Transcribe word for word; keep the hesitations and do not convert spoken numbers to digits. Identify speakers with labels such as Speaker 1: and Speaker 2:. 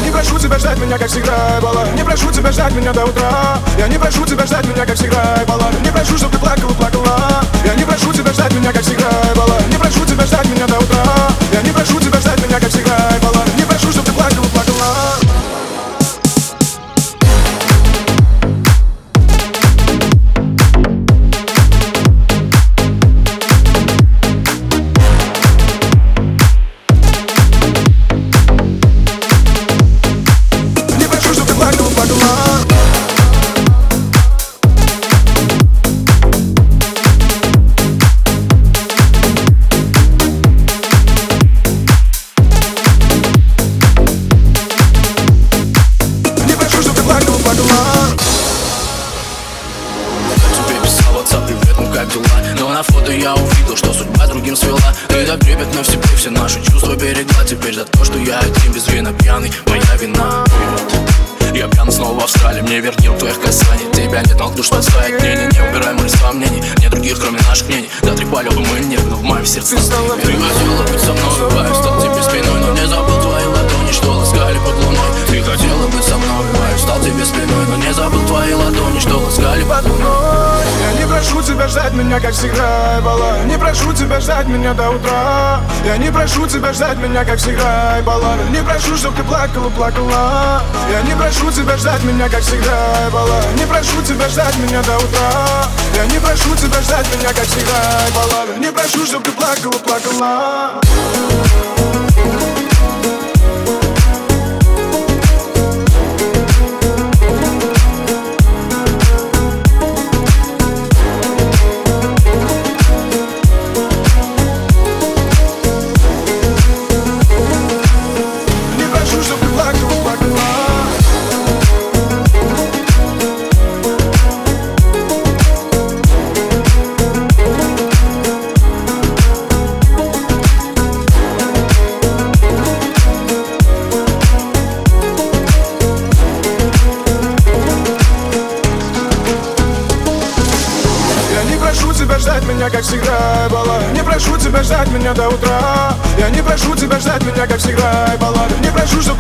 Speaker 1: не прошу тебя ждать меня, как всегда, баллада. Не прошу тебя ждать меня до утра. Я не прошу тебя ждать меня, как всегда, баллада. Не прошу, чтоб ты плакала, плакала. Я не прошу тебя ждать меня, как всегда, баллада. Не прошу тебя ждать меня до утра. Я не прошу тебя ждать меня, как всегда, баллада. Не прошу, чтоб ты плакала, плакала.
Speaker 2: Но на фото я увидел, что судьба другим свела. Ты так трепетно в себе все наши чувства берегла. Теперь за то, что я один без вина пьяный, моя вина. Привет. Я пьян снова в австралии, мне вернил твоих касаний. Тебя нет, но душ спасает мнение. Не убирай мои сомнений, нет других, кроме наших мнений. Да трепали бы мы нет, но в моем сердце ты стала. Ты хотела быть со мной, бываю, стал тебе спиной, но не забыл твои ладони, что ласкали под луной. Ты хотела быть со мной, бываю, стал тебе спиной, но не забыл твои ладони, что ласкали под луной.
Speaker 1: Я не прошу тебя ждать меня, как всегда, баллада. Не прошу тебя ждать меня до утра. Я не прошу тебя ждать меня, как всегда, баллада. Не прошу, чтоб ты плакала, плакала. Я не прошу тебя ждать меня, как всегда, баллада. Не прошу тебя ждать меня до утра. Я не прошу тебя ждать меня, как всегда, баллада. Не прошу, чтоб ты плакала, плакала. Ждать меня, как всегда, баллада. Не прошу тебя ждать меня до утра. Я не прошу тебя ждать меня, как всегда, баллада. Не прошу,